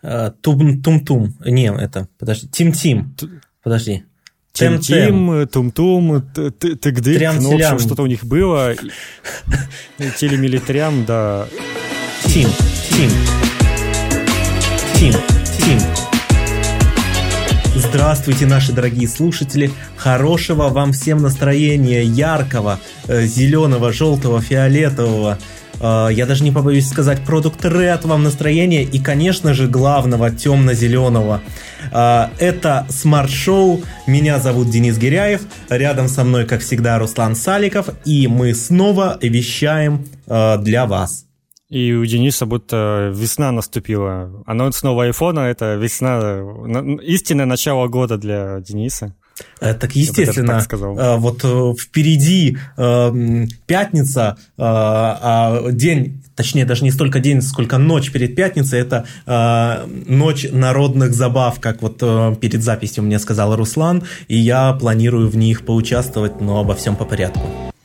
Тум-тум. Не, это, подожди. Тим-тим. Подожди. Тим-тим, Тум-тум, Тык-дык, ну, в общем, что-то у них было. Телемилитрям, да. Тим. Здравствуйте, наши дорогие слушатели. Хорошего вам всем настроения, яркого, зеленого, желтого, фиолетового. Я даже не побоюсь сказать, продукт Red вам настроения и, конечно же, главного, темно-зеленого. Это смарт-шоу. Меня зовут Денис Гиряев. Рядом со мной, как всегда, Руслан Саликов. И мы снова вещаем для вас. И у Дениса будто весна наступила. Анонс нового айфона — это весна, истинное начало года для Дениса. Так естественно, вот впереди пятница, день, точнее даже не столько день, сколько ночь перед пятницей, это ночь народных забав, как вот перед записью мне сказал Руслан, и я планирую в них поучаствовать, но обо всем по порядку.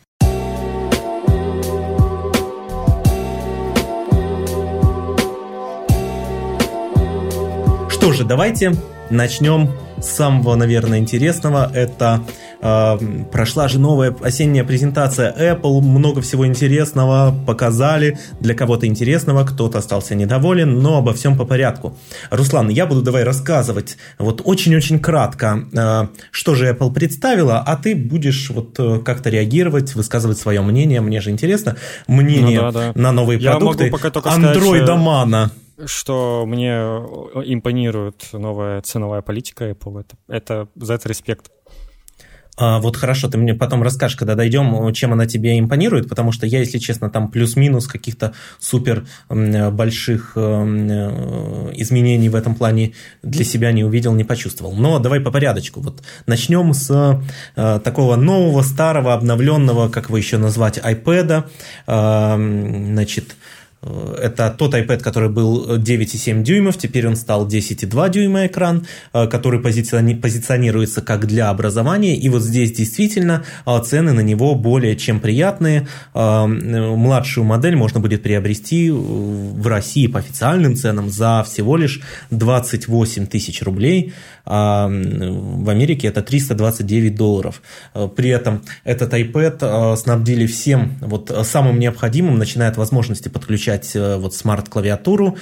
Что же, давайте начнем с самого, наверное, интересного. Это прошла же новая осенняя презентация Apple, много всего интересного показали, для кого-то интересного, кто-то остался недоволен, но обо всем по порядку. Руслан, я буду давай рассказывать вот очень-очень кратко, что же Apple представила, а ты будешь вот как-то реагировать, высказывать свое мнение, мне же интересно, мнение на новые продукты андроидомана. Что мне импонирует новая ценовая политика Apple, это за это респект. Вот хорошо, ты мне потом расскажешь, когда дойдем, чем она тебе импонирует, потому что я, если честно, там плюс-минус каких-то супер больших изменений в этом плане для себя не увидел, не почувствовал. Но давай по порядочку. Вот начнем с такого нового, старого, обновленного, как вы еще назвать, iPad. Значит, это тот iPad, который был 9,7 дюймов, теперь он стал 10,2 дюйма экран, который позиционируется как для образования, и вот здесь действительно цены на него более чем приятные. Младшую модель можно будет приобрести в России по официальным ценам за всего лишь 28 тысяч рублей, а в Америке это $329. При этом этот iPad снабдили всем вот самым необходимым, начиная от возможности подключать вот смарт-клавиатуру,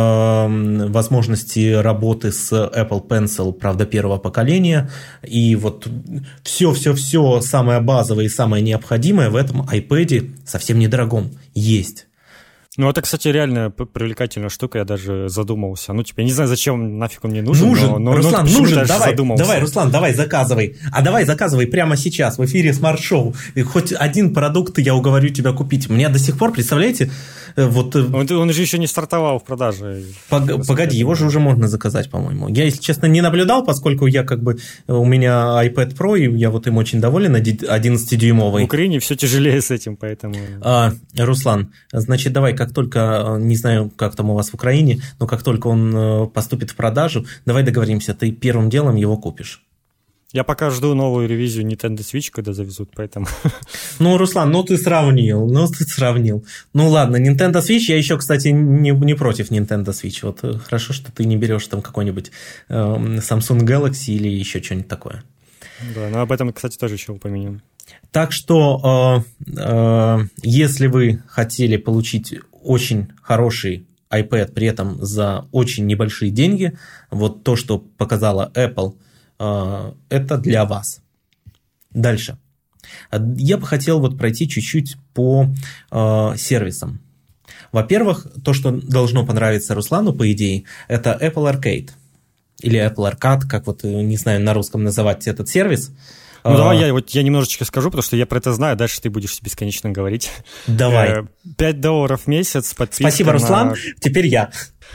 возможности работы с Apple Pencil, правда, первого поколения, и вот все самое базовое и самое необходимое в этом iPad совсем недорогом есть. Ну, это, кстати, реально привлекательная штука, я даже задумался. Ну, типа, я не знаю, зачем нафиг он мне нужен. Руслан, нужен, давай, Руслан, давай, заказывай. А давай заказывай прямо сейчас в эфире смарт-шоу. И хоть один продукт я уговорю тебя купить. Мне до сих пор, представляете, вот... Он же еще не стартовал в продаже. Погоди, его же уже можно заказать, по-моему. Я, если честно, не наблюдал, поскольку я у меня iPad Pro, и я вот им очень доволен, 11-дюймовый. В Украине все тяжелее с этим, поэтому... Руслан, значит, давай, как только, не знаю, как там у вас в Украине, но как только он поступит в продажу, давай договоримся, ты первым делом его купишь. Я пока жду новую ревизию Nintendo Switch, когда завезут, поэтому... Ну, Руслан, ты сравнил. Ну, ладно, Nintendo Switch, я еще, кстати, не против Nintendo Switch. Вот хорошо, что ты не берешь там какой-нибудь Samsung Galaxy или еще что-нибудь такое. Да, но об этом, кстати, тоже еще упомянем. Так что, если вы хотели получить очень хороший iPad, при этом за очень небольшие деньги, вот то, что показала Apple, это для вас. Дальше. Я бы хотел вот пройти чуть-чуть по сервисам. Во-первых, то, что должно понравиться Руслану, по идее, это Apple Arcade. Или Apple Arcade, как вот, не знаю, на русском называть этот сервис. Ну, давай я немножечко скажу, потому что я про это знаю, дальше ты будешь бесконечно говорить. Давай. $5 в месяц, подписка. Спасибо, Руслан, теперь я.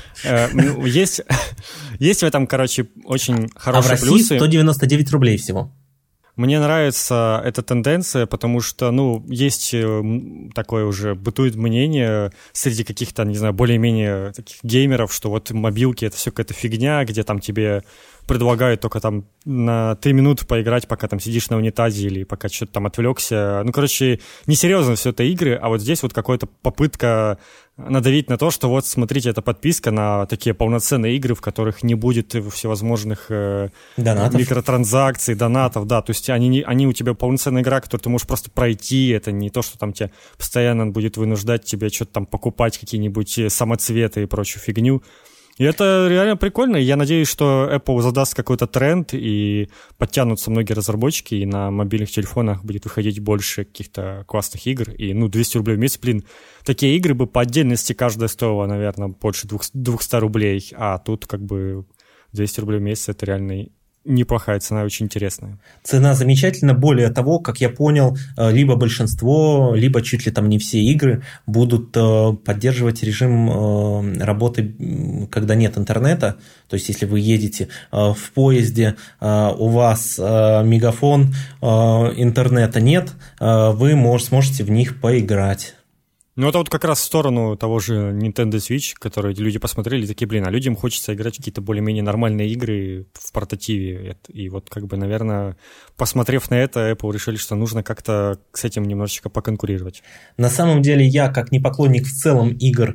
Есть в этом, короче, очень хорошие плюсы. А в России 199 рублей всего. Мне нравится эта тенденция, потому что, есть такое уже, бытует мнение среди каких-то, не знаю, более-менее таких геймеров, что вот мобилки — это все какая-то фигня, где там тебе предлагают только там на 3 минуты поиграть, пока там сидишь на унитазе или пока что-то там отвлекся. Ну, короче, несерьезно все это игры, а вот здесь вот какая-то попытка надавить на то, что вот, смотрите, это подписка на такие полноценные игры, в которых не будет всевозможных микротранзакций, донатов, да, то есть они у тебя полноценная игра, которую ты можешь просто пройти, это не то, что там тебя постоянно будет вынуждать тебя что-то там покупать, какие-нибудь самоцветы и прочую фигню. И это реально прикольно. Я надеюсь, что Apple задаст какой-то тренд и подтянутся многие разработчики, и на мобильных телефонах будет выходить больше каких-то классных игр. И, 200 рублей в месяц, такие игры бы по отдельности каждая стоила, наверное, больше 200 рублей. А тут как бы 200 рублей в месяц — это реально неплохая цена, очень интересная. Цена замечательна. Более того, как я понял, либо большинство, либо чуть ли там не все игры будут поддерживать режим работы, когда нет интернета. То есть, если вы едете в поезде, у вас мегафон, интернета нет, вы сможете в них поиграть. Ну, это вот как раз в сторону того же Nintendo Switch, который люди посмотрели и такие, а людям хочется играть в какие-то более-менее нормальные игры в портативе. И вот как бы, наверное, посмотрев на это, Apple решили, что нужно как-то с этим немножечко поконкурировать. На самом деле, я, как не поклонник в целом игр,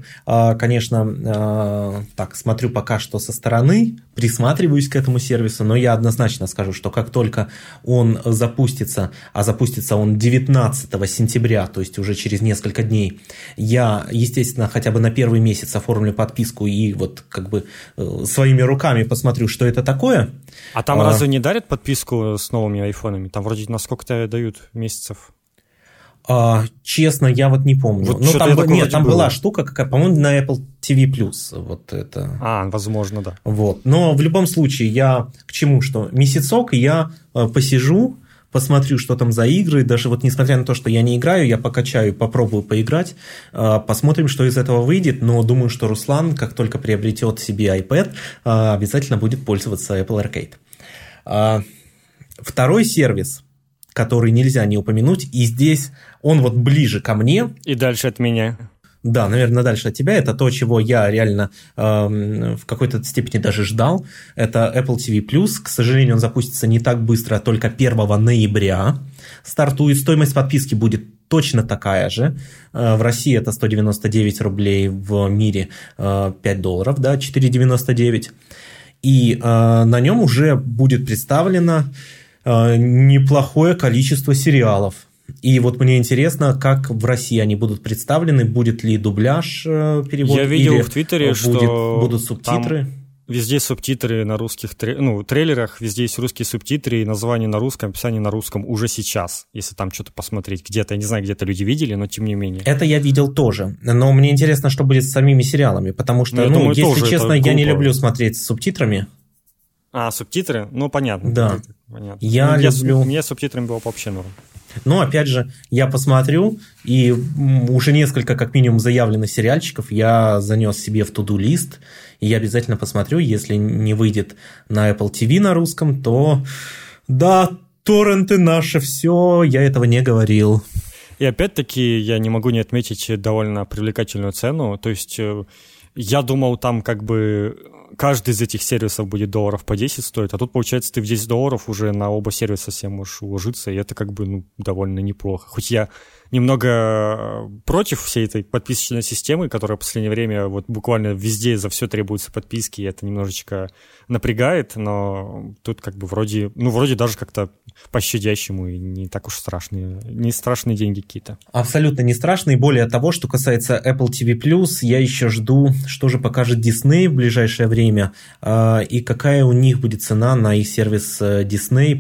конечно, так, смотрю пока что со стороны, присматриваюсь к этому сервису, но я однозначно скажу, что как только он запустится, а запустится он 19 сентября, то есть уже через несколько дней, я, естественно, хотя бы на первый месяц оформлю подписку и вот как бы своими руками посмотрю, что это такое. А там разве не дарят подписку с новыми айфонами? Там вроде на сколько-то дают месяцев? Честно, я вот не помню. Вот там была штука, какая, по-моему, на Apple TV+. Вот это. Возможно, да. Вот. Но в любом случае, я к чему, что месяцок я посижу, посмотрю, что там за игры, даже вот несмотря на то, что я не играю, я покачаю, попробую поиграть, посмотрим, что из этого выйдет, но думаю, что Руслан, как только приобретет себе iPad, обязательно будет пользоваться Apple Arcade. Второй сервис, который нельзя не упомянуть, и здесь он вот ближе ко мне. И дальше от меня. Да, наверное, дальше от тебя. Это то, чего я реально в какой-то степени даже ждал. Это Apple TV+. К сожалению, он запустится не так быстро, только 1 ноября. Стартует. Стоимость подписки будет точно такая же. В России это 199 рублей, в мире $5, да, 4,99. И на нем уже будет представлено неплохое количество сериалов. И вот мне интересно, как в России они будут представлены, будет ли дубляж, перевод, я видел в Твиттере, что будут субтитры. Везде субтитры на русских трейлерах, везде есть русские субтитры и название на русском, описание на русском уже сейчас, если там что-то посмотреть. Где-то, я не знаю, где-то люди видели, но тем не менее. Это я видел тоже, но мне интересно, что будет с самими сериалами, потому что, думаю, если честно, я не люблю смотреть с субтитрами. Субтитры? Понятно. Да. Понятно. Я люблю... Мне с субтитрами было вообще норм. Но, опять же, я посмотрю, и уже несколько, как минимум, заявленных сериальчиков я занес себе в to-do-лист, и я обязательно посмотрю. Если не выйдет на Apple TV на русском, то да, торренты наше все, я этого не говорил. И опять-таки я не могу не отметить довольно привлекательную цену, то есть я думал, там как бы каждый из этих сервисов будет $10 по 10 стоит, а тут, получается, ты в $10 уже на оба сервиса себе можешь уложиться, и это как бы довольно неплохо. Хоть я немного против всей этой подписочной системы, которая в последнее время вот буквально везде за все требуются подписки, и это немножечко напрягает, но тут как бы вроде даже как-то пощадящему и не так уж страшные, не страшные деньги какие-то. Абсолютно не страшные. Более того, что касается Apple TV+, я еще жду, что же покажет Disney в ближайшее время, и какая у них будет цена на их сервис Disney+.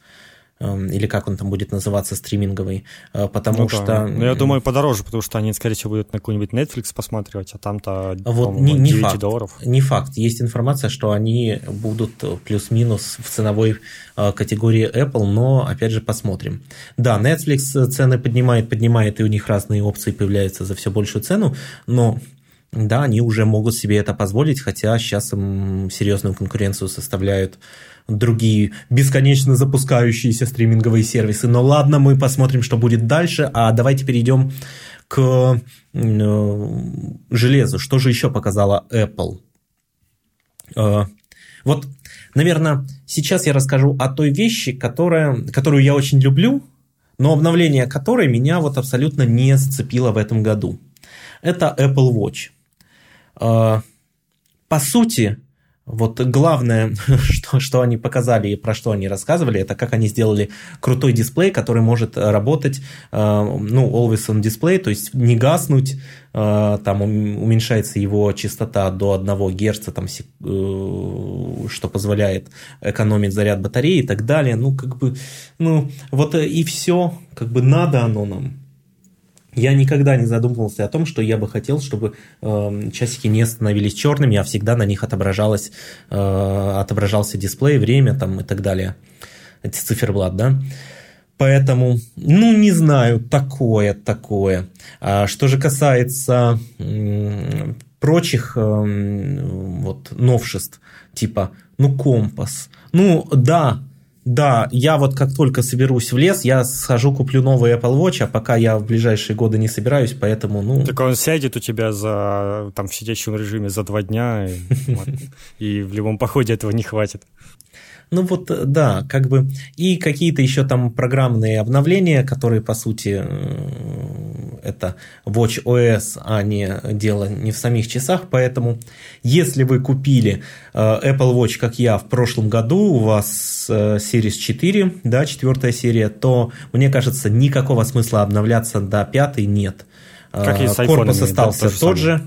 Или как он там будет называться, стриминговый, потому что... я думаю, подороже, потому что они, скорее всего, будут на какой-нибудь Netflix посматривать, а там-то, вот не $9. Не факт. Есть информация, что они будут плюс-минус в ценовой категории Apple, но, опять же, посмотрим. Да, Netflix цены поднимает, и у них разные опции появляются за все большую цену, но... Да, они уже могут себе это позволить, хотя сейчас им серьезную конкуренцию составляют другие бесконечно запускающиеся стриминговые сервисы. Но ладно, мы посмотрим, что будет дальше. А давайте перейдем к железу. Что же еще показала Apple? Вот, наверное, сейчас я расскажу о той вещи, которую я очень люблю, но обновление которой меня вот абсолютно не зацепило в этом году. Это Apple Watch. По сути, вот главное, что они показали и про что они рассказывали, это как они сделали крутой дисплей, который может работать, always on display, то есть не гаснуть, там уменьшается его частота до 1 Гц, там, что позволяет экономить заряд батареи и так далее. Вот и все, надо оно нам. Я никогда не задумывался о том, что я бы хотел, чтобы часики не становились черными, а всегда на них отображался дисплей, время там, и так далее. Это циферблат, да? Поэтому, не знаю, такое. А что же касается прочих новшеств, типа, компас. Да, я вот как только соберусь в лес, я схожу, куплю новый Apple Watch, а пока я в ближайшие годы не собираюсь, поэтому, Так он сядет у тебя в сидячем режиме за 2 дня, и в любом походе этого не хватит. Да, и какие-то еще там программные обновления, которые, по сути, это WatchOS, а дело не в самих часах, поэтому если вы купили Apple Watch, как я, в прошлом году, у вас Series 4, да, 4 серия, то, мне кажется, никакого смысла обновляться до 5 нет. Как и с iPhone, корпус остался тот же.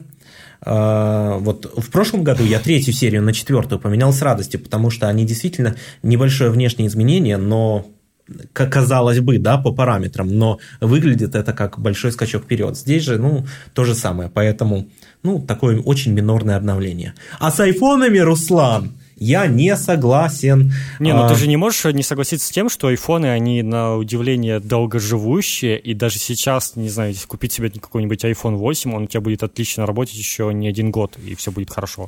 Вот в прошлом году я 3 серию на 4 поменял с радостью, потому что они действительно небольшое внешнее изменение, но, казалось бы, да, по параметрам, но выглядит это как большой скачок вперед. Здесь же, то же самое, поэтому, такое очень минорное обновление. А с айфонами, Руслан, я не согласен. Ты же не можешь не согласиться с тем, что айфоны, они на удивление долгоживущие, и даже сейчас, не знаю, если купить себе какой-нибудь iPhone 8, он у тебя будет отлично работать еще не 1 год, и все будет хорошо.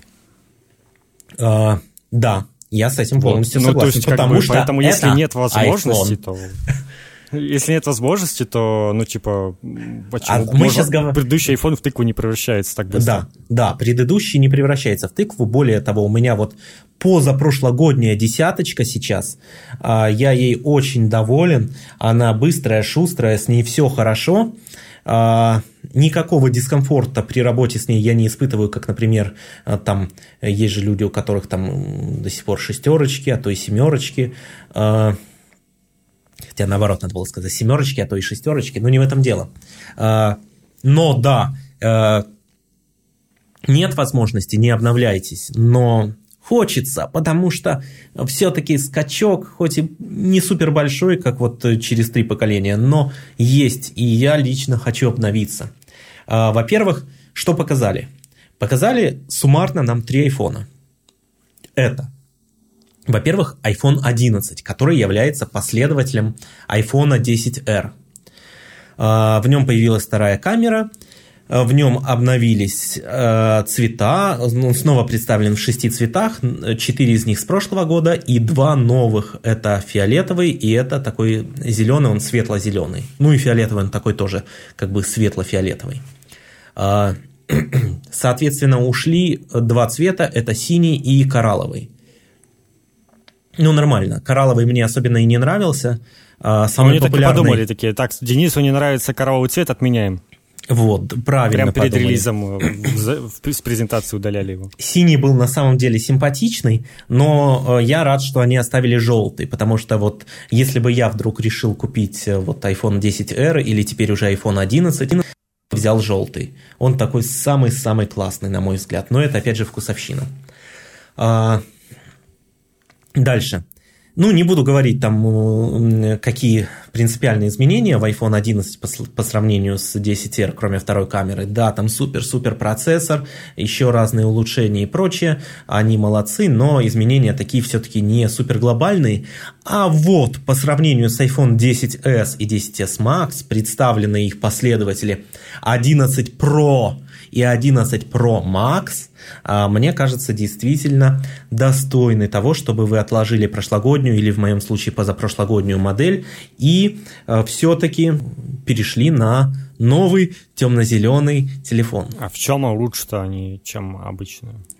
Да, я с этим полностью согласен, поэтому если нет возможности, то... Если нет возможности, то, почему? Предыдущий iPhone в тыкву не превращается так быстро. Да, предыдущий не превращается в тыкву. Более того, у меня вот позапрошлогодняя 10 сейчас, я ей очень доволен. Она быстрая, шустрая, с ней все хорошо. Никакого дискомфорта при работе с ней я не испытываю, как, например, там есть же люди, у которых там до сих пор 6, а то и 7. Хотя, наоборот, надо было сказать 7, а то и 6, но не в этом дело. Но да, нет возможности, не обновляйтесь, но хочется, потому что все-таки скачок, хоть и не супер большой, как вот через 3 поколения, но есть, и я лично хочу обновиться. Во-первых, что показали? Показали суммарно нам 3 айфона. Это... Во-первых, iPhone 11, который является последователем iPhone 10R. В нем появилась 2-я камера, в нем обновились цвета, снова представлен в 6 цветах, 4 из них с прошлого года и 2 новых. Это фиолетовый и это такой зеленый, он светло-зеленый. И фиолетовый он такой тоже светло-фиолетовый. Соответственно, ушли 2 цвета, это синий и коралловый. Нормально. Коралловый мне особенно и не нравился. Самый популярный... так подумали такие, так, Денису не нравится коралловый цвет, отменяем. Вот, правильно прям перед релизом с презентации удаляли его. Синий был на самом деле симпатичный, но я рад, что они оставили желтый, потому что вот если бы я вдруг решил купить вот iPhone 10R или теперь уже iPhone 11, взял желтый. Он такой самый-самый классный, на мой взгляд. Но это, опять же, вкусовщина. Дальше. Не буду говорить там, какие принципиальные изменения в iPhone 11 по сравнению с 10R, кроме 2-й камеры. Да, там супер-супер процессор, еще разные улучшения и прочее. Они молодцы, но изменения такие все-таки не супер глобальные. А вот по сравнению с iPhone 10s и 10s Max представлены их последователи 11 Pro и 11 Pro Max, мне кажется, действительно достойны того, чтобы вы отложили прошлогоднюю или в моем случае позапрошлогоднюю модель и все-таки перешли на новый темно-зеленый телефон. А в чем лучше-то они, чем обычно?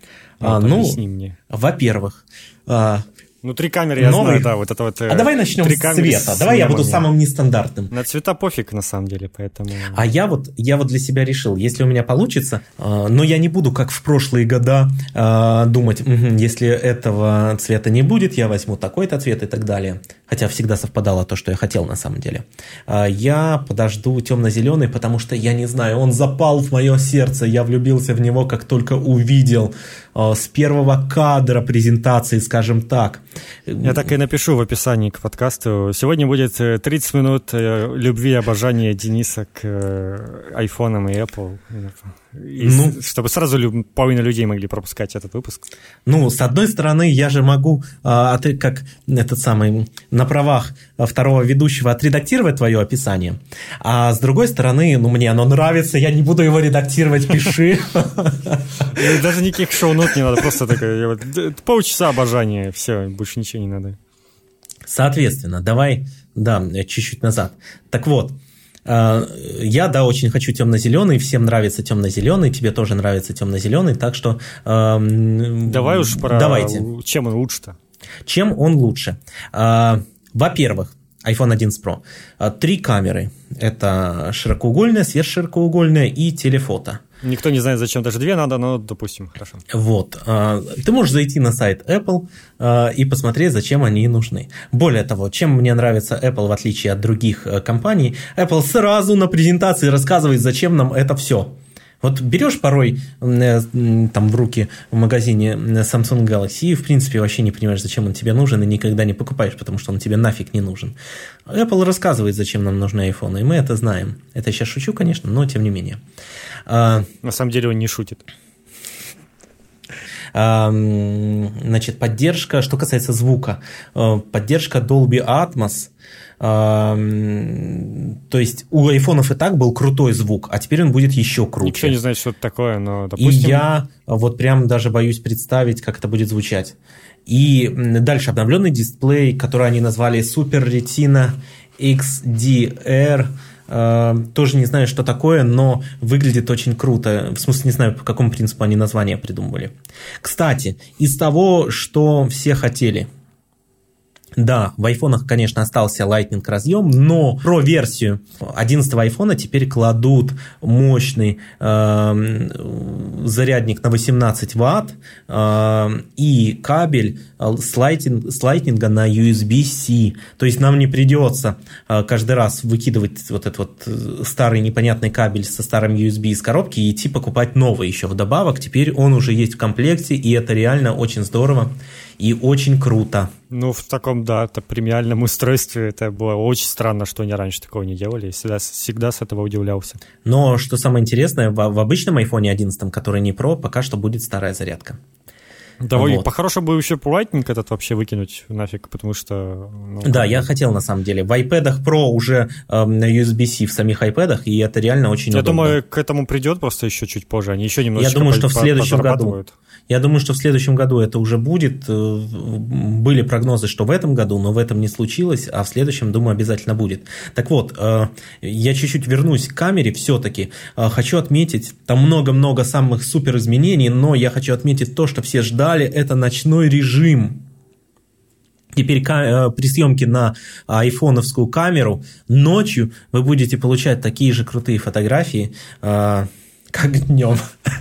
Объясни мне. Во-первых... 3 камеры, я знаю, да, вот это вот... давай начнем с цвета. Давай я буду самым нестандартным. На цвета пофиг, на самом деле, поэтому... А я вот для себя решил, если у меня получится, но я не буду, как в прошлые года, думать, если этого цвета не будет, я возьму такой-то цвет и так далее. Хотя всегда совпадало то, что я хотел на самом деле. Я подожду темно-зеленый, потому что, я не знаю, он запал в мое сердце, я влюбился в него, как только увидел с первого кадра презентации, скажем так. Я так и напишу в описании к подкасту. Сегодня будет 30 минут любви и обожания Дениса к айфонам и Apple. Чтобы сразу половина людей могли пропускать этот выпуск. С одной стороны, я же могу, ты как этот самый, на правах второго ведущего отредактировать твое описание, а с другой стороны, мне оно нравится, я не буду его редактировать, пиши. Даже никаких шоу-нот не надо, просто такое, полчаса обожания, все, больше ничего не надо. Соответственно, давай, чуть-чуть назад. Так вот, я, очень хочу темно-зеленый, всем нравится темно-зеленый, тебе тоже нравится темно-зеленый, так что... Давай уж давайте. Чем он лучше-то? Чем он лучше? Во-первых, iPhone 11 Pro. 3 камеры. Это широкоугольная, сверхширокоугольная и телефото. Никто не знает, зачем даже 2 надо, но допустим, хорошо. Вот. Ты можешь зайти на сайт Apple и посмотреть, зачем они нужны. Более того, чем мне нравится Apple, в отличие от других компаний, Apple сразу на презентации рассказывает, зачем нам это все. Вот берешь порой там в руки в магазине Samsung Galaxy и, в принципе, вообще не понимаешь, зачем он тебе нужен, и никогда не покупаешь, потому что он тебе нафиг не нужен. Apple рассказывает, зачем нам нужны айфоны, и мы это знаем. Это я сейчас шучу, конечно, но тем не менее. На самом деле он не шутит. Значит, поддержка, что касается звука, поддержка Dolby Atmos. То есть у айфонов и так был крутой звук, а теперь он будет еще круче. Ничего не знает, что это такое, но допустим... И я вот прям даже боюсь представить, как это будет звучать. И дальше обновленный дисплей, который они назвали Super Retina XDR. Тоже не знаю, что такое, но выглядит очень круто. В смысле, не знаю, по какому принципу они название придумывали. Кстати, из того, что все хотели... Да, в айфонах, конечно, остался Lightning разъем, но про версию 11-го айфона теперь кладут мощный зарядник на 18 Вт и кабель с Lightning на USB-C. То есть нам не придется каждый раз выкидывать вот этот вот старый непонятный кабель со старым USB из коробки и идти покупать новый еще вдобавок. Теперь он уже есть в комплекте, и это реально очень здорово и очень круто. В таком, премиальном устройстве это было очень странно, что они раньше такого не делали. Я всегда с этого удивлялся. Но, что самое интересное, в обычном iPhone 11, который не Pro, пока что будет старая зарядка. Вот. По-хорошему бы еще Lightning этот вообще выкинуть нафиг, потому что... Да, я хотел на самом деле. В iPad Pro уже USB-C в самих iPad, и это реально очень удобно. Я думаю, к этому придет просто еще чуть позже. Они еще немножечко Я думаю, что в следующем году. Я думаю, что в следующем году это уже будет. Были прогнозы, что в этом году, но в этом не случилось, а в следующем, думаю, обязательно будет. Так вот, я чуть-чуть вернусь к камере все-таки. Хочу отметить, там много-много самых супер изменений, но я хочу отметить то, что все ждали, это ночной режим. Теперь при съемке на айфоновскую камеру ночью вы будете получать такие же крутые фотографии, как днем.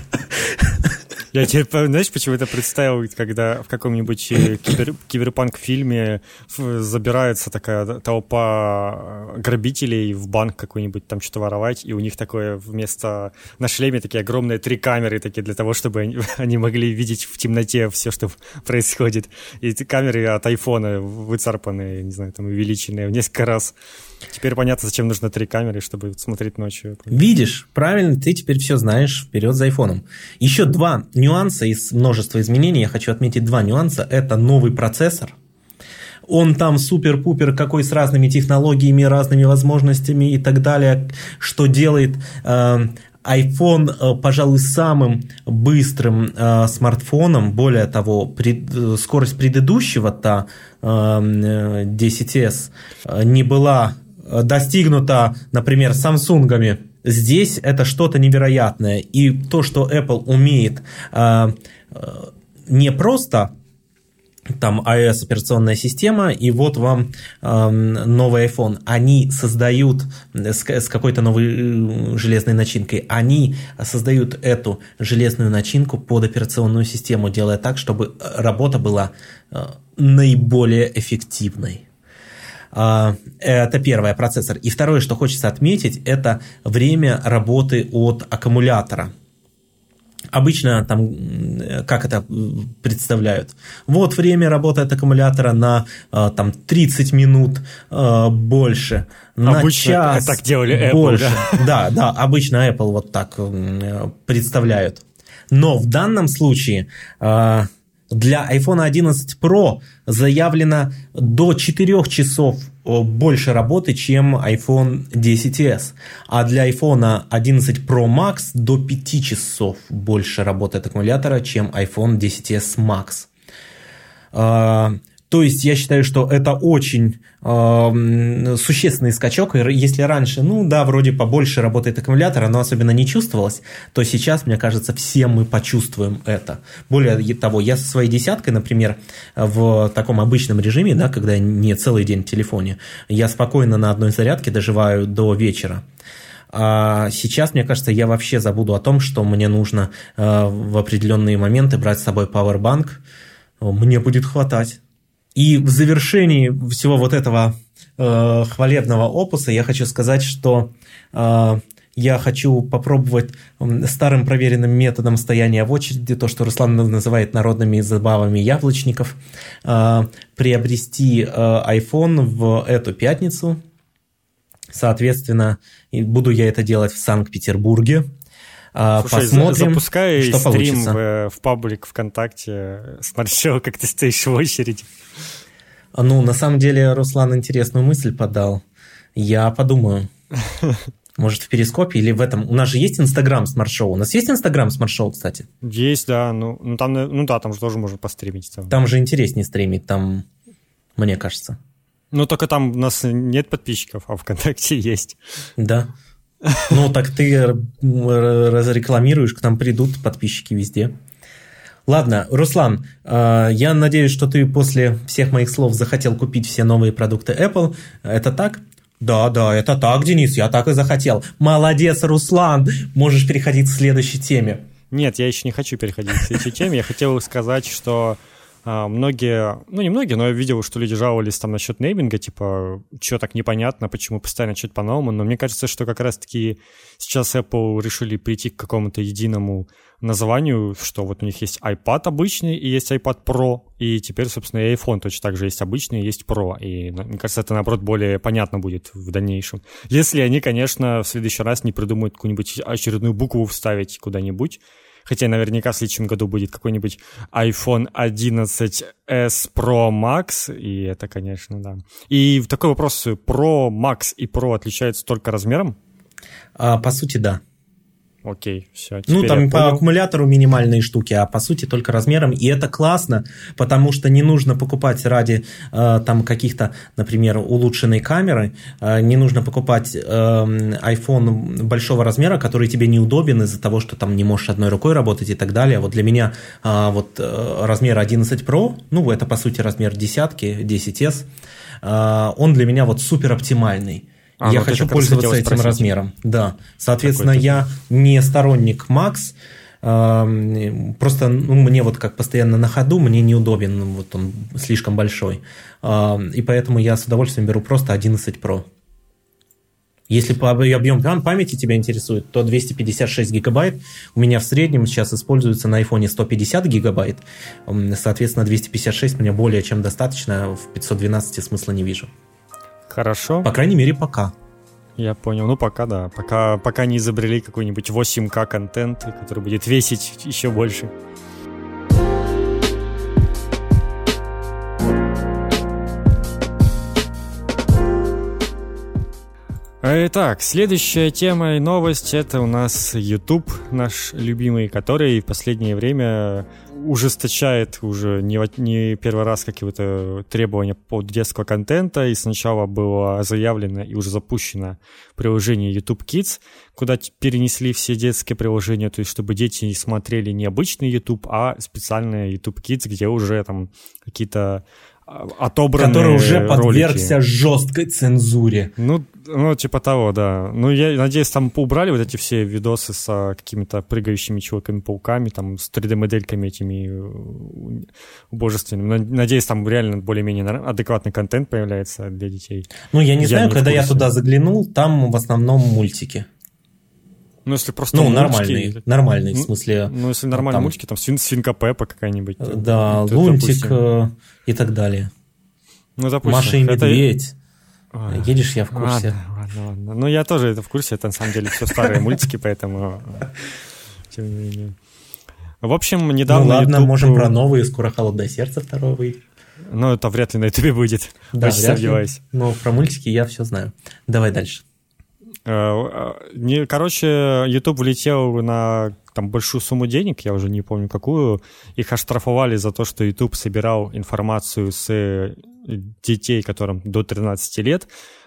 Я теперь, знаешь, почему это представил, когда в каком-нибудь киберпанк-фильме забирается такая толпа грабителей в банк какой-нибудь, там что-то воровать, и у них такое вместо на шлеме такие огромные 3 камеры такие для того, чтобы они могли видеть в темноте все, что происходит. И эти камеры от айфона выцарпанные, не знаю, там увеличенные в несколько раз. Теперь понятно, зачем нужно 3 камеры, чтобы смотреть ночью. Видишь, правильно, ты теперь все знаешь, вперед за айфоном. Еще 2 нюанса из множества изменений, я хочу отметить 2 нюанса. Это новый процессор. Он там супер-пупер какой, с разными технологиями, разными возможностями и так далее, что делает iPhone, пожалуй, самым быстрым смартфоном. Более того, скорость предыдущего-то 10s не была достигнута, например, Samsung'ами. Здесь это что-то невероятное. И то, что Apple умеет не просто там iOS операционная система, и вот вам новый iPhone. Они создают с какой-то новой железной начинкой, они создают эту железную начинку под операционную систему, делая так, чтобы работа была наиболее эффективной. Это первое, процессор. И второе, что хочется отметить, это время работы от аккумулятора. Обычно там, как это представляют? Вот время работы от аккумулятора на там, 30 минут больше, на обычно час так делали Apple, больше. Да? Да, обычно Apple вот так представляют. Но в данном случае для iPhone 11 Pro заявлено до 4 часов больше работы, чем iPhone 10s. А для iPhone 11 Pro Max до 5 часов больше работы от аккумулятора, чем iPhone 10s Max. То есть я считаю, что это очень существенный скачок. И если раньше, вроде побольше работает аккумулятор, оно особенно не чувствовалось, то сейчас, мне кажется, все мы почувствуем это. Более того, я со своей десяткой, например, в таком обычном режиме, да, когда не целый день в телефоне, я спокойно на одной зарядке доживаю до вечера. А сейчас, мне кажется, я вообще забуду о том, что мне нужно в определенные моменты брать с собой пауэрбанк. Мне будет хватать. И в завершении всего вот этого хвалебного опуса я хочу сказать, что я хочу попробовать старым проверенным методом стояния в очереди, то, что Руслан называет народными забавами яблочников, приобрести iPhone в эту пятницу. Соответственно, буду я это делать в Санкт-Петербурге. Слушай, посмотрим, запускай что стрим получится. в паблик ВКонтакте, смотри, как ты стоишь в очереди. На самом деле, Руслан интересную мысль подал. Я подумаю. Может, в Перископе или в этом. У нас же есть Инстаграм Смарт-шоу. У нас есть Инстаграм Смарт-шоу, кстати? Есть, да. Там же тоже можно постримить. Там же интереснее стримить, там, мне кажется. Только там у нас нет подписчиков, а ВКонтакте есть. Да. Так ты разрекламируешь, к нам придут подписчики везде. Ладно, Руслан, я надеюсь, что ты после всех моих слов захотел купить все новые продукты Apple. Это так? Да, это так, Денис, я так и захотел. Молодец, Руслан, можешь переходить к следующей теме. Нет, я еще не хочу переходить к следующей теме. Я хотел сказать, что многие, не многие, но я видел, что люди жаловались там насчет нейминга, типа, что так непонятно, почему постоянно что-то по-новому, но мне кажется, что как раз-таки сейчас Apple решили прийти к какому-то единому названию, что вот у них есть iPad обычный и есть iPad Pro, и теперь, собственно, и iPhone точно так же есть обычный и есть Pro, и мне кажется, это, наоборот, более понятно будет в дальнейшем. Если они, конечно, в следующий раз не придумают какую-нибудь очередную букву вставить куда-нибудь. Хотя наверняка в следующем году будет какой-нибудь iPhone 11s Pro Max, и это, конечно, да. И такой вопрос, Pro Max и Pro отличаются только размером? По сути, да. Окей, все. Там по аккумулятору минимальные штуки, а по сути только размером. И это классно, потому что не нужно покупать ради там каких-то, например, улучшенной камеры, не нужно покупать iPhone большого размера, который тебе неудобен из-за того, что там не можешь одной рукой работать и так далее. Вот для меня размер 11 Pro, это по сути размер десятки, 10s, он для меня супер оптимальный. Я хочу пользоваться этим размером. Да. Соответственно, я не сторонник Max. Просто мне как постоянно на ходу, мне неудобен, он слишком большой. И поэтому я с удовольствием беру просто 11 Pro. Если объем памяти тебя интересует, то 256 гигабайт. У меня в среднем сейчас используется на iPhone 150 гигабайт. Соответственно, 256 мне более чем достаточно. В 512 смысла не вижу. Хорошо. По крайней мере, пока. Я понял. Пока, да. Пока не изобрели какой-нибудь 8К контент, который будет весить еще больше. Итак, следующая тема и новость — это у нас YouTube, наш любимый, который в последнее время ужесточает уже не первый раз какие-то требования по детского контента, и сначала было заявлено и уже запущено приложение YouTube Kids, куда перенесли все детские приложения, то есть чтобы дети не смотрели не обычный YouTube, а специальный YouTube Kids, где уже там какие-то отобранные который уже ролики. подвергся жесткой цензуре. Ну, типа того, да. Ну, я надеюсь, там поубрали вот эти все видосы с какими-то прыгающими Человеками-пауками, там, с 3D-модельками этими убожественными. Надеюсь, там реально более-менее адекватный контент появляется для детей. Ну, я не знаю, когда я туда заглянул, там в основном мультики. Ну, если просто мультики... нормальные, в смысле... Ну, если нормальные там... мультики, там Свинка Пеппа какая-нибудь. Да, Лунтик и так далее. Ну, допустим. Маша и Медведь. Едешь, я в курсе. Ладно. Ну, я тоже это в курсе, это на самом деле все старые мультики, поэтому... Тем не менее. В общем, недавно... Ну, ладно, можем про новые, скоро «Холодное сердце» второе выйдет. Ну, это вряд ли на ютубе будет. Да, очень сомневаюсь. Но про мультики я все знаю. Давай дальше. Короче, YouTube влетел на там большую сумму денег, я уже не помню какую. Их оштрафовали за то, что YouTube собирал информацию с детей, которым до 13 лет.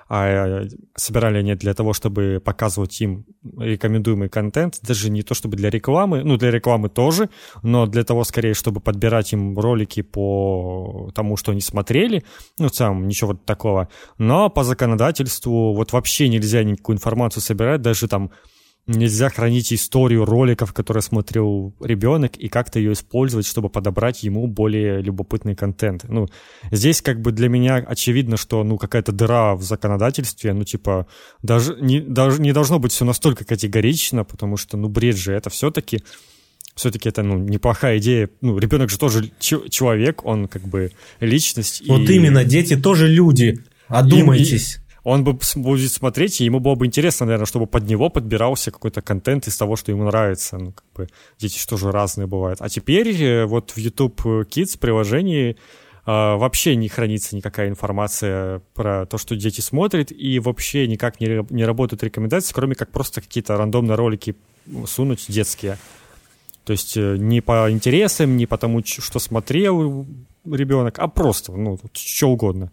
А собирали они для того, чтобы показывать им рекомендуемый контент, даже не то чтобы для рекламы, ну для рекламы тоже, но для того скорее, чтобы подбирать им ролики по тому, что они смотрели, ну в целом ничего такого. Но по законодательству вот вообще нельзя никакую информацию собирать, даже там нельзя хранить историю роликов, которые смотрел ребенок, и как-то ее использовать, чтобы подобрать ему более любопытный контент. Ну, здесь как бы для меня очевидно, что, ну, какая-то дыра в законодательстве, ну, типа, даже не должно быть все настолько категорично, потому что, ну, бред же это все-таки это, ну, неплохая идея. Ну, ребенок же тоже человек, он как бы личность. Вот именно, дети тоже люди, одумайтесь. Он бы будет смотреть, и ему было бы интересно, наверное, чтобы под него подбирался какой-то контент из того, что ему нравится. Ну, как бы, дети же тоже разные бывают. А теперь вот в YouTube Kids приложении вообще не хранится никакая информация про то, что дети смотрят, и вообще никак не работают рекомендации, кроме как просто какие-то рандомные ролики сунуть детские. То есть не по интересам, не по тому, что смотрел ребенок, а просто, ну, что угодно.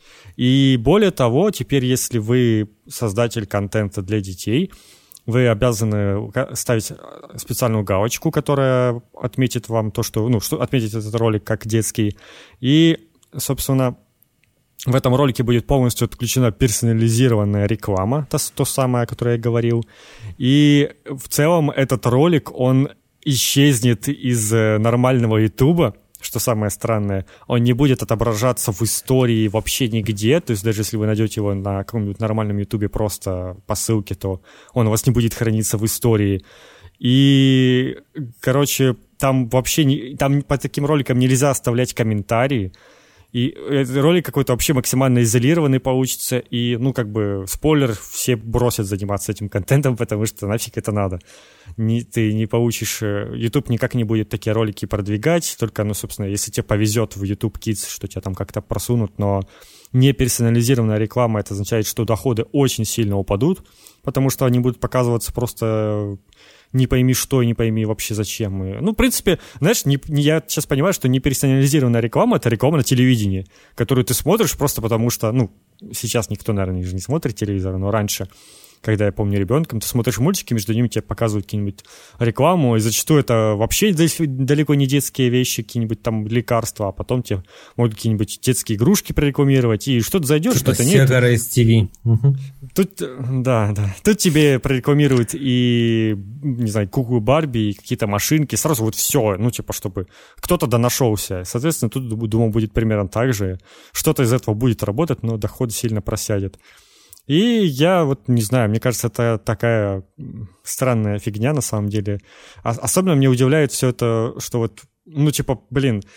И более того, теперь, если вы создатель контента для детей, вы обязаны ставить специальную галочку, которая отметит вам то, что, ну, отметит этот ролик как детский. И, собственно, в этом ролике будет полностью отключена персонализированная реклама, то самое, о которой я говорил. И в целом этот ролик, он исчезнет из нормального Ютуба. Что самое странное, он не будет отображаться в истории вообще нигде, то есть даже если вы найдете его на каком-нибудь нормальном ютубе просто по ссылке, то он у вас не будет храниться в истории. И, короче, там вообще там по таким роликам нельзя оставлять комментарии, и этот ролик какой-то вообще максимально изолированный получится, и, ну, как бы, спойлер, все бросят заниматься этим контентом, потому что нафиг это надо. Ты не получишь... YouTube никак не будет такие ролики продвигать, только, ну, собственно, если тебе повезет в YouTube Kids, что тебя там как-то просунут, но не персонализированная реклама, это означает, что доходы очень сильно упадут, потому что они будут показываться просто... не пойми что и не пойми вообще зачем. Ну, в принципе, знаешь, я сейчас понимаю, что неперсонализированная реклама — это реклама на телевидении, которую ты смотришь просто потому что, ну, сейчас никто, наверное, не смотрит телевизор, но раньше, когда я помню ребенком, ты смотришь мультики, между ними тебе показывают какие-нибудь рекламу, и зачастую это вообще далеко не детские вещи, какие-нибудь там лекарства, а потом тебе могут какие-нибудь детские игрушки прорекламировать, и что-то зайдет, типа что-то нет. Sega RS-TV. Тут, да. Тут тебе прорекламируют и, не знаю, куклу Барби, и какие-то машинки, сразу вот все, ну, типа, чтобы кто-то донашелся. Соответственно, тут, думаю, будет примерно так же. Что-то из этого будет работать, но доход сильно просядет. И я вот не знаю, мне кажется, это такая странная фигня на самом деле. Особенно меня удивляет все это, что вот, ну, типа, блин,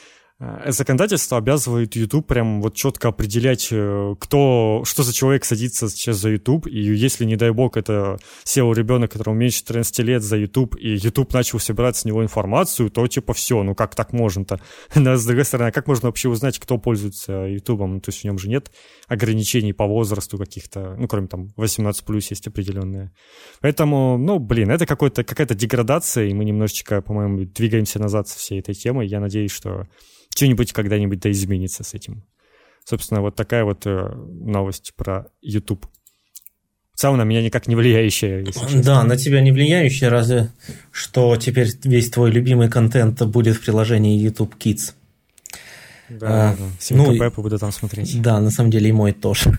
законодательство обязывает YouTube прям вот четко определять, что за человек садится сейчас за YouTube, и если, не дай бог, это SEO-ребенок, которому меньше 13 лет за YouTube, и YouTube начал собирать с него информацию, то типа все, ну как так можно-то? Но, с другой стороны, а как можно вообще узнать, кто пользуется YouTube? Ну, то есть в нем же нет ограничений по возрасту каких-то, ну кроме там 18+, есть определенные. Поэтому, ну блин, это какая-то деградация, и мы немножечко, по-моему, двигаемся назад со всей этой темой. Я надеюсь, что что-нибудь когда-нибудь да изменится с этим. Собственно, вот такая вот новость про YouTube. В целом на меня никак не влияющая, если честно. Да, на тебя не влияющая, разве что теперь весь твой любимый контент будет в приложении YouTube Kids. Да, Симка Пеппа буду там смотреть. Да, на самом деле и мой тоже.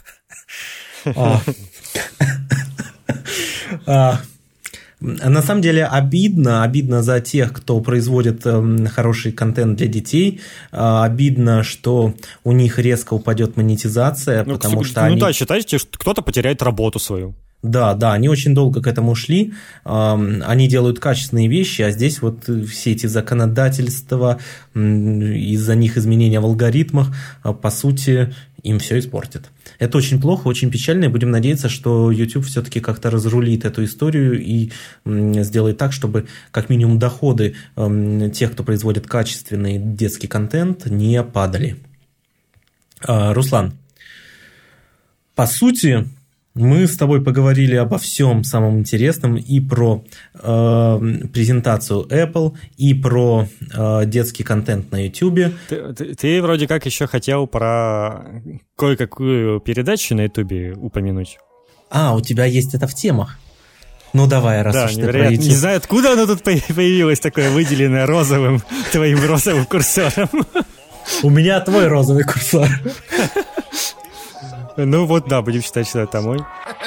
На самом деле обидно за тех, кто производит хороший контент для детей, обидно, что у них резко упадет монетизация, потому что они... Ну да, считайте, что кто-то потеряет работу свою. Да, они очень долго к этому шли, они делают качественные вещи, а здесь вот все эти законодательства, из-за них изменения в алгоритмах, по сути, им все испортит. Это очень плохо, очень печально, и будем надеяться, что YouTube все-таки как-то разрулит эту историю и сделает так, чтобы как минимум доходы тех, кто производит качественный детский контент, не падали. Руслан, по сути... Мы с тобой поговорили обо всем самом интересном, и про презентацию Apple, и про детский контент на YouTube. Ты вроде как еще хотел про кое-какую передачу на YouTube упомянуть. У тебя есть это в темах. Ну давай, раз уж ты про YouTube. Не знаю, откуда оно тут появилось, такое выделенное твоим розовым курсором. У меня твой розовый курсор. Ну вот, да, будем считать, что это мой.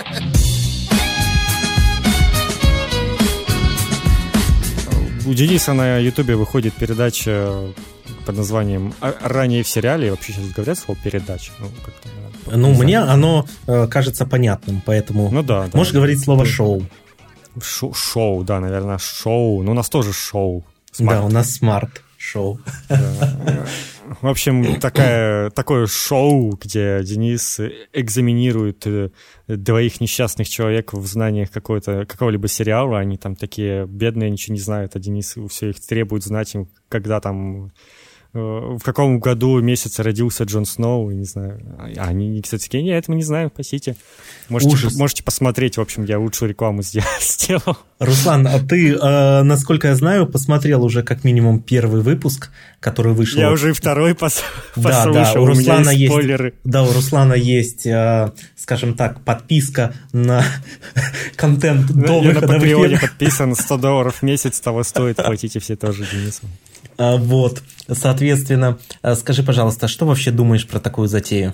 У Дениса на Ютубе выходит передача под названием «Ранее в сериале». Вообще сейчас говорят слово «передача». Мне оно кажется понятным, поэтому можешь говорить слово «шоу». Шоу, да, наверное, шоу. Ну, у нас тоже шоу. Да, у нас смарт-шоу. В общем, такое шоу, где Денис экзаменирует двоих несчастных человек в знаниях какого-либо сериала. Они там такие бедные, ничего не знают, а Денис все их требует знать им, когда там... В каком году, месяце родился Джон Сноу, не знаю. Они, кстати, такие, нет, мы не знаем, спасите. Можете посмотреть, в общем, я лучшую рекламу сделал. Руслан, а ты, насколько я знаю, посмотрел уже как минимум первый выпуск, который вышел. Я уже и второй послушал, да, у Руслана есть спойлеры. Да, у Руслана есть, скажем так, подписка на контент до выхода в эфир. Я на Патреоне подписан, $100 в месяц, того стоит, платите все тоже Денису. Вот, соответственно, скажи, пожалуйста, что вообще думаешь про такую затею?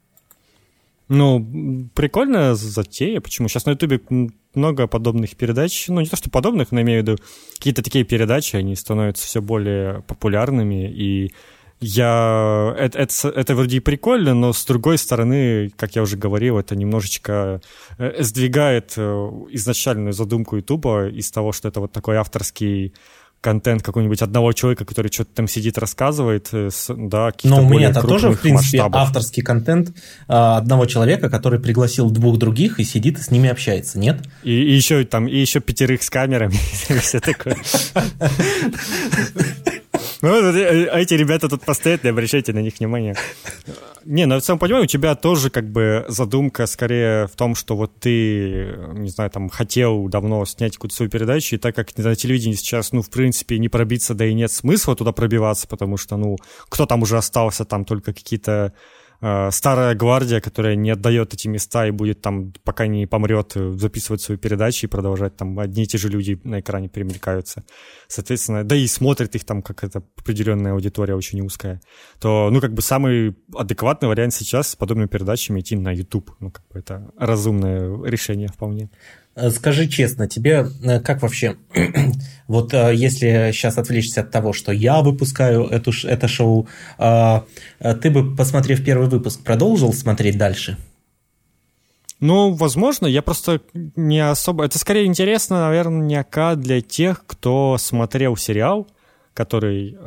Ну, прикольная затея. Почему? Сейчас на Ютубе много подобных передач. Ну, не то, что подобных, но имею в виду какие-то такие передачи, они становятся все более популярными. И это вроде и прикольно, но с другой стороны, как я уже говорил, это немножечко сдвигает изначальную задумку Ютуба из того, что это вот такой авторский контент какого-нибудь одного человека, который что-то там сидит, рассказывает, да, каких-то но более это тоже, в принципе, масштабов. Авторский контент одного человека, который пригласил 2 других и сидит и с ними общается, нет? И еще 5 с камерами, и все такое. Ну, эти ребята тут постоят, не обращайте на них внимания. Не, ну, в целом, понимаю, у тебя тоже как бы задумка скорее в том, что вот ты, не знаю, там, хотел давно снять какую-то свою передачу, и так как на телевидении сейчас, ну, в принципе, не пробиться, да и нет смысла туда пробиваться, потому что, ну, кто там уже остался, там только какие-то старая гвардия, которая не отдает эти места и будет там, пока не помрет, записывать свои передачи и продолжать, там одни и те же люди на экране перемелькаются. Соответственно, да и смотрит их там какая-то определенная аудитория очень узкая. То, ну, как бы самый адекватный вариант сейчас с подобными передачами идти на YouTube. Ну, как бы это разумное решение вполне. Скажи честно, тебе как вообще, вот если сейчас отвлечься от того, что я выпускаю это шоу, ты бы, посмотрев первый выпуск, продолжил смотреть дальше? Ну, возможно, я просто не особо... Это скорее интересно, наверное, для тех, кто смотрел сериал, который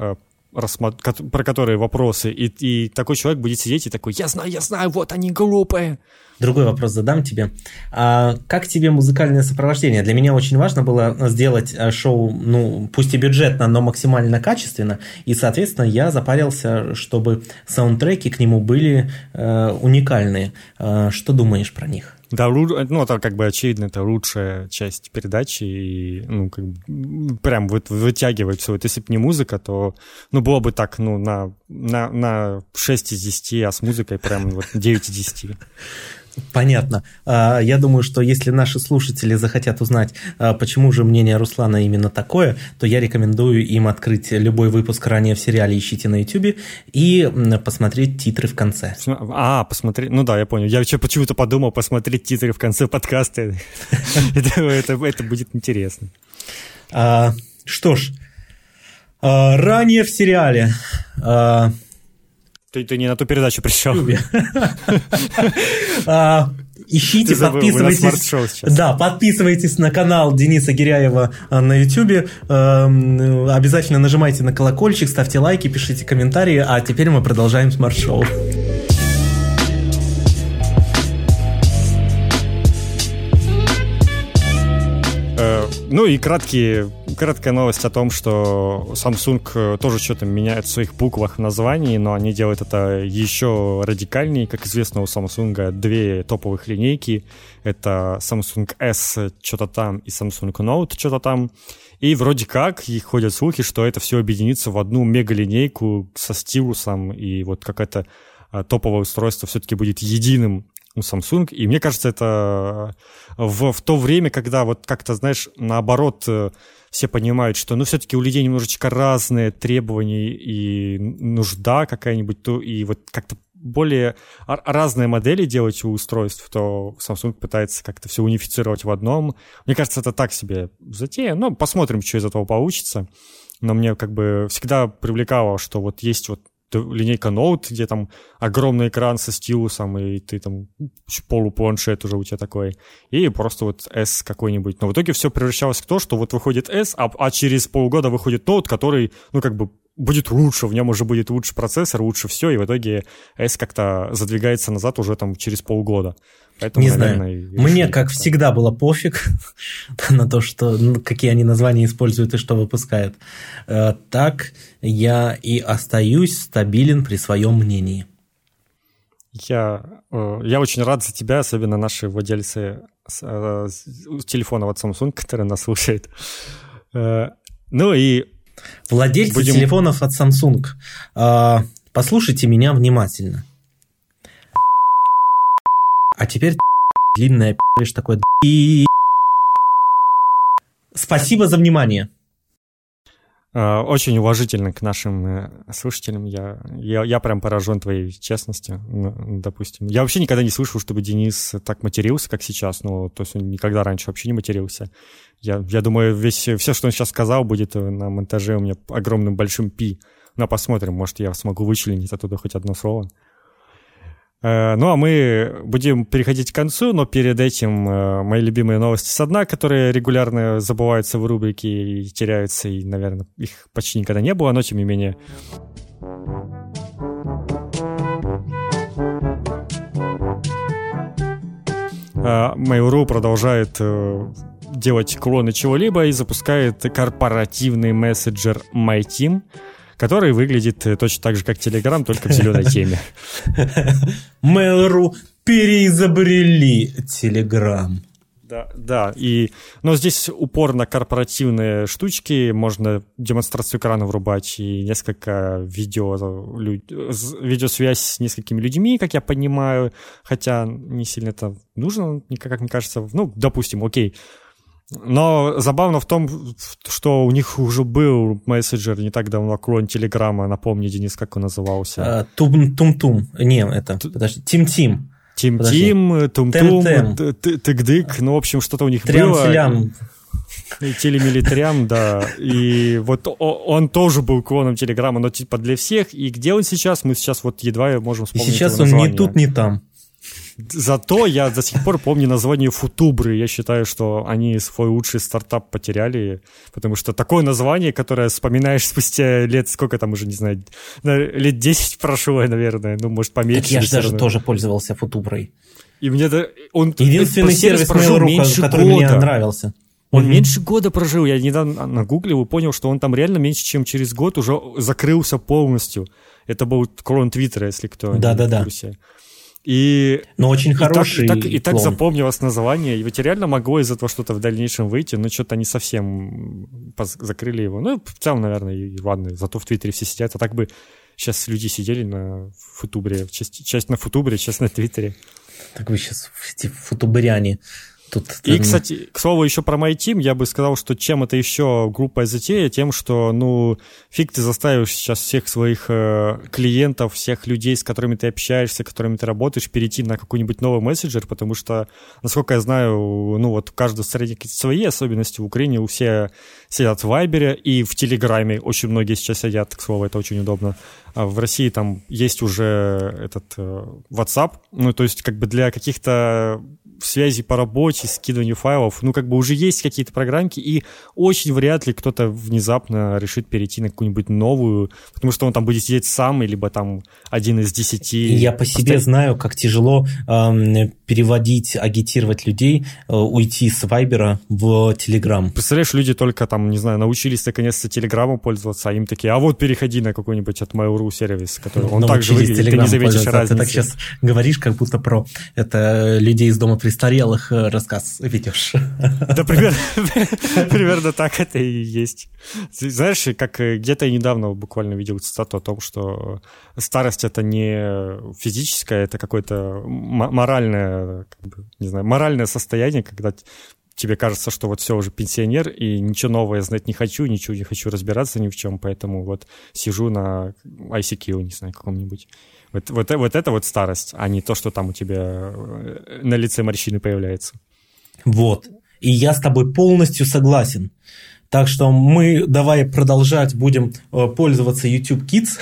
про которые вопросы, и такой человек будет сидеть и такой: я знаю, вот они глупые. Другой вопрос задам тебе. Как тебе музыкальное сопровождение? Для меня очень важно было сделать шоу, пусть и бюджетно, но максимально качественно, и, соответственно, я запарился, чтобы саундтреки к нему были уникальные. Что думаешь про них? Да, это как бы очевидно, это лучшая часть передачи, и, прям вытягивает все. Вот если бы не музыка, то, было бы так, на 6 из 10, а с музыкой прям 9 из 10. Понятно. Я думаю, что если наши слушатели захотят узнать, почему же мнение Руслана именно такое, то я рекомендую им открыть любой выпуск ранее в сериале «Ищите на YouTube» и посмотреть титры в конце. Посмотреть. Я понял. Я почему-то подумал посмотреть титры в конце подкаста. Это будет интересно. Что ж, ранее в сериале... Ты не на ту передачу пришел. Ищите, подписывайтесь. Да, подписывайтесь на канал Дениса Гиряева на YouTube. Обязательно нажимайте на колокольчик, ставьте лайки, пишите комментарии. А теперь мы продолжаем смарт-шоу. И краткая новость о том, что Samsung тоже что-то меняет в своих буквах в названии, но они делают это еще радикальнее. Как известно, у Samsung 2 топовых линейки. Это Samsung S что-то там и Samsung Note что-то там. И вроде как ходят слухи, что это все объединится в одну мега-линейку со стилусом, и вот какое-то топовое устройство все-таки будет единым у Samsung, и мне кажется, это в то время, когда вот как-то, знаешь, наоборот, все понимают, что, все-таки у людей немножечко разные требования и нужда какая-нибудь, и вот как-то более разные модели делать у устройств, то Samsung пытается как-то все унифицировать в одном. Мне кажется, это так себе затея, посмотрим, что из этого получится. Но мне как бы всегда привлекало, что вот есть вот линейка Note, где там огромный экран со стилусом, и ты там полупланшет уже у тебя такой, и просто вот S какой-нибудь. Но в итоге все превращалось в то, что вот выходит S, а через полгода выходит Note, который, будет лучше, в нем уже будет лучше процессор, лучше все, и в итоге S как-то задвигается назад уже там через полгода. Поэтому, не знаю. Мне, как всегда, было пофиг на то, что, какие они названия используют и что выпускают. Так я и остаюсь стабилен при своем мнении. Я очень рад за тебя, особенно наши владельцы телефонов от Samsung, которые нас слушают. Владельцы телефонов от Samsung, послушайте меня внимательно. А теперь длинная пи***ешь такой. Спасибо за внимание. Очень уважительно к нашим слушателям. Я прям поражен твоей честностью, допустим. Я вообще никогда не слышал, чтобы Денис так матерился, как сейчас. То есть он никогда раньше вообще не матерился. Я думаю, все, что он сейчас сказал, будет на монтаже у меня огромным большим пи. Посмотрим, может, я смогу вычленить оттуда хоть одно слово. А мы будем переходить к концу, но перед этим мои любимые новости со дна, которые регулярно забываются в рубрике и теряются, и, наверное, их почти никогда не было, но тем не менее. Mail.ru продолжает делать клоны чего-либо и запускает корпоративный мессенджер MyTeam, который выглядит точно так же, как Telegram, только в зеленой теме. Mail.ru переизобрели Telegram. Да. Но здесь упор на корпоративные штучки, можно демонстрацию экрана врубать и несколько видеосвязь с несколькими людьми, как я понимаю, хотя не сильно это нужно, как мне кажется. Допустим, окей. Но забавно в том, что у них уже был мессенджер не так давно, клон Телеграма. Напомни, Денис, как он назывался? Тум-тум. Не, это, подожди, Тим-Тим. Тим-Тим, Тум-Тум, Тык-Дык. В общем, что-то у них было. Трям-телям. Телемилитрям, да. И вот он тоже был клоном Телеграма, но типа для всех. И где он сейчас? Мы сейчас вот едва можем вспомнить. И сейчас он ни тут, ни там. Зато я до сих пор помню название Футубры. Я считаю, что они свой лучший стартап потеряли, потому что такое название, которое вспоминаешь спустя лет, сколько там уже, не знаю, лет 10 прошло, наверное, ну, может, поменьше. Так я же даже тоже пользовался Футуброй. И мне он единственный сервис Mail.ru, который мне нравился. Он меньше года прожил. Я недавно нагуглил и понял, что он там реально меньше, чем через год уже закрылся полностью. Это был клон Твиттера, если кто не в курсе. Но очень хороший и так запомнилось название. И ведь реально могло из этого что-то в дальнейшем выйти, но что-то они совсем закрыли его. Ну, в целом, наверное, и ладно, зато в Твиттере все сидят. А так бы сейчас люди сидели на Футубре, часть на Футубре, часть на Твиттере. Так вы сейчас футубряне. И, кстати, к слову, еще про MyTeam, я бы сказал, что чем это еще глупая затея, тем, что, ну, фиг ты заставишь сейчас всех своих клиентов, всех людей, с которыми ты общаешься, с которыми ты работаешь, перейти на какой-нибудь новый мессенджер, потому что, насколько я знаю, ну, вот у каждой страны какие-то свои особенности. В Украине все сидят в Вайбере и в Телеграме, очень многие сейчас сидят, к слову, это очень удобно. А в России там есть уже этот WhatsApp, ну, то есть как бы для каких-то связи по работе, скидыванию файлов, ну, как бы уже есть какие-то программки, и очень вряд ли кто-то внезапно решит перейти на какую-нибудь новую, потому что он там будет сидеть сам, либо там один из 10. Я по себе знаю, как тяжело переводить, агитировать людей, уйти с Вайбера в Телеграм. Представляешь, люди только там, не знаю, научились наконец-то Телеграмом пользоваться, а им такие, а вот переходи на какой-нибудь от Mail.ru сервис, который он также выглядит, ты не заметишь разницы. Ты так сейчас говоришь, как будто про это людей из дома престарелых рассказ ведешь. Да, примерно так это и есть. Знаешь, как где-то я недавно буквально видел цитату о том, что старость — это не физическое, это какое-то моральное, как бы, не знаю, моральное состояние, когда тебе кажется, что вот все, уже пенсионер, и ничего нового я знать не хочу, ничего не хочу разбираться ни в чем, поэтому вот сижу на ICQ, не знаю, каком-нибудь. Вот это вот старость, а не то, что там у тебя на лице морщины появляется. Вот. И я с тобой полностью согласен. Так что мы давай продолжать будем пользоваться YouTube Kids.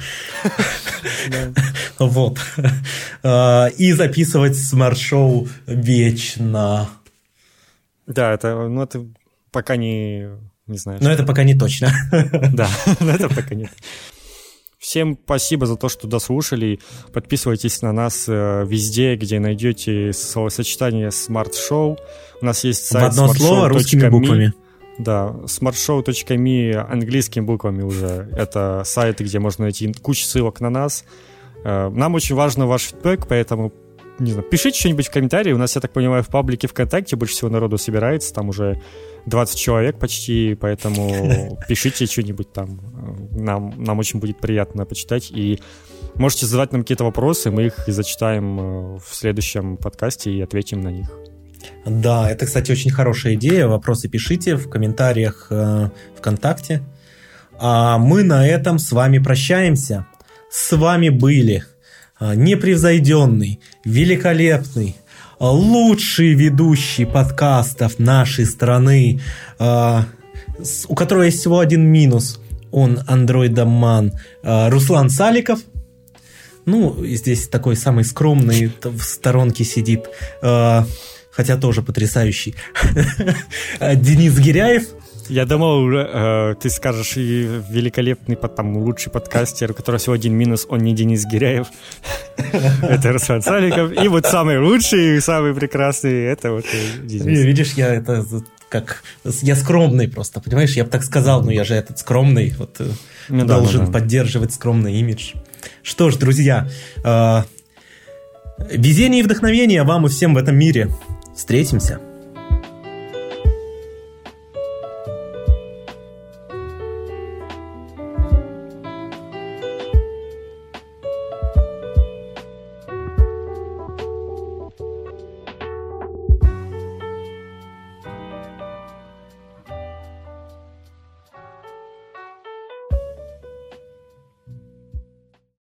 Вот. И записывать смарт-шоу вечно. Да, это пока не знаю. Но это пока не точно. Да, это пока нет. Всем спасибо за то, что дослушали. Подписывайтесь на нас везде, где найдете словосочетание Smart Show. У нас есть сайт в одно слово русскими буквами. Да, smartshow.me английскими буквами уже. Это сайт, где можно найти кучу ссылок на нас. Нам очень важен ваш фидбэк, поэтому не знаю, пишите что-нибудь в комментарии. У нас, я так понимаю, в паблике ВКонтакте больше всего народу собирается. Там уже 20 человек почти, поэтому пишите что-нибудь там. Нам очень будет приятно почитать. И можете задавать нам какие-то вопросы, мы их зачитаем в следующем подкасте и ответим на них. Да, это, кстати, очень хорошая идея. Вопросы пишите в комментариях ВКонтакте. А мы на этом с вами прощаемся. С вами были непревзойденный, великолепный, лучший ведущий подкастов нашей страны, у которого есть всего один минус. Он андроидоман, Руслан Саликов. Ну, здесь такой самый скромный, в сторонке сидит, хотя тоже потрясающий, Денис Гиряев. Я думал, ты скажешь, и великолепный, там, лучший подкастер, у которого всего один минус, он не Денис Гиряев. Это Руслан Саликов. И вот самый лучший, самый прекрасный, это вот Денис. Видишь, я скромный просто, понимаешь? Я бы так сказал, но я же этот скромный, вот должен поддерживать скромный имидж. Что ж, друзья, везения и вдохновения вам и всем в этом мире. Встретимся.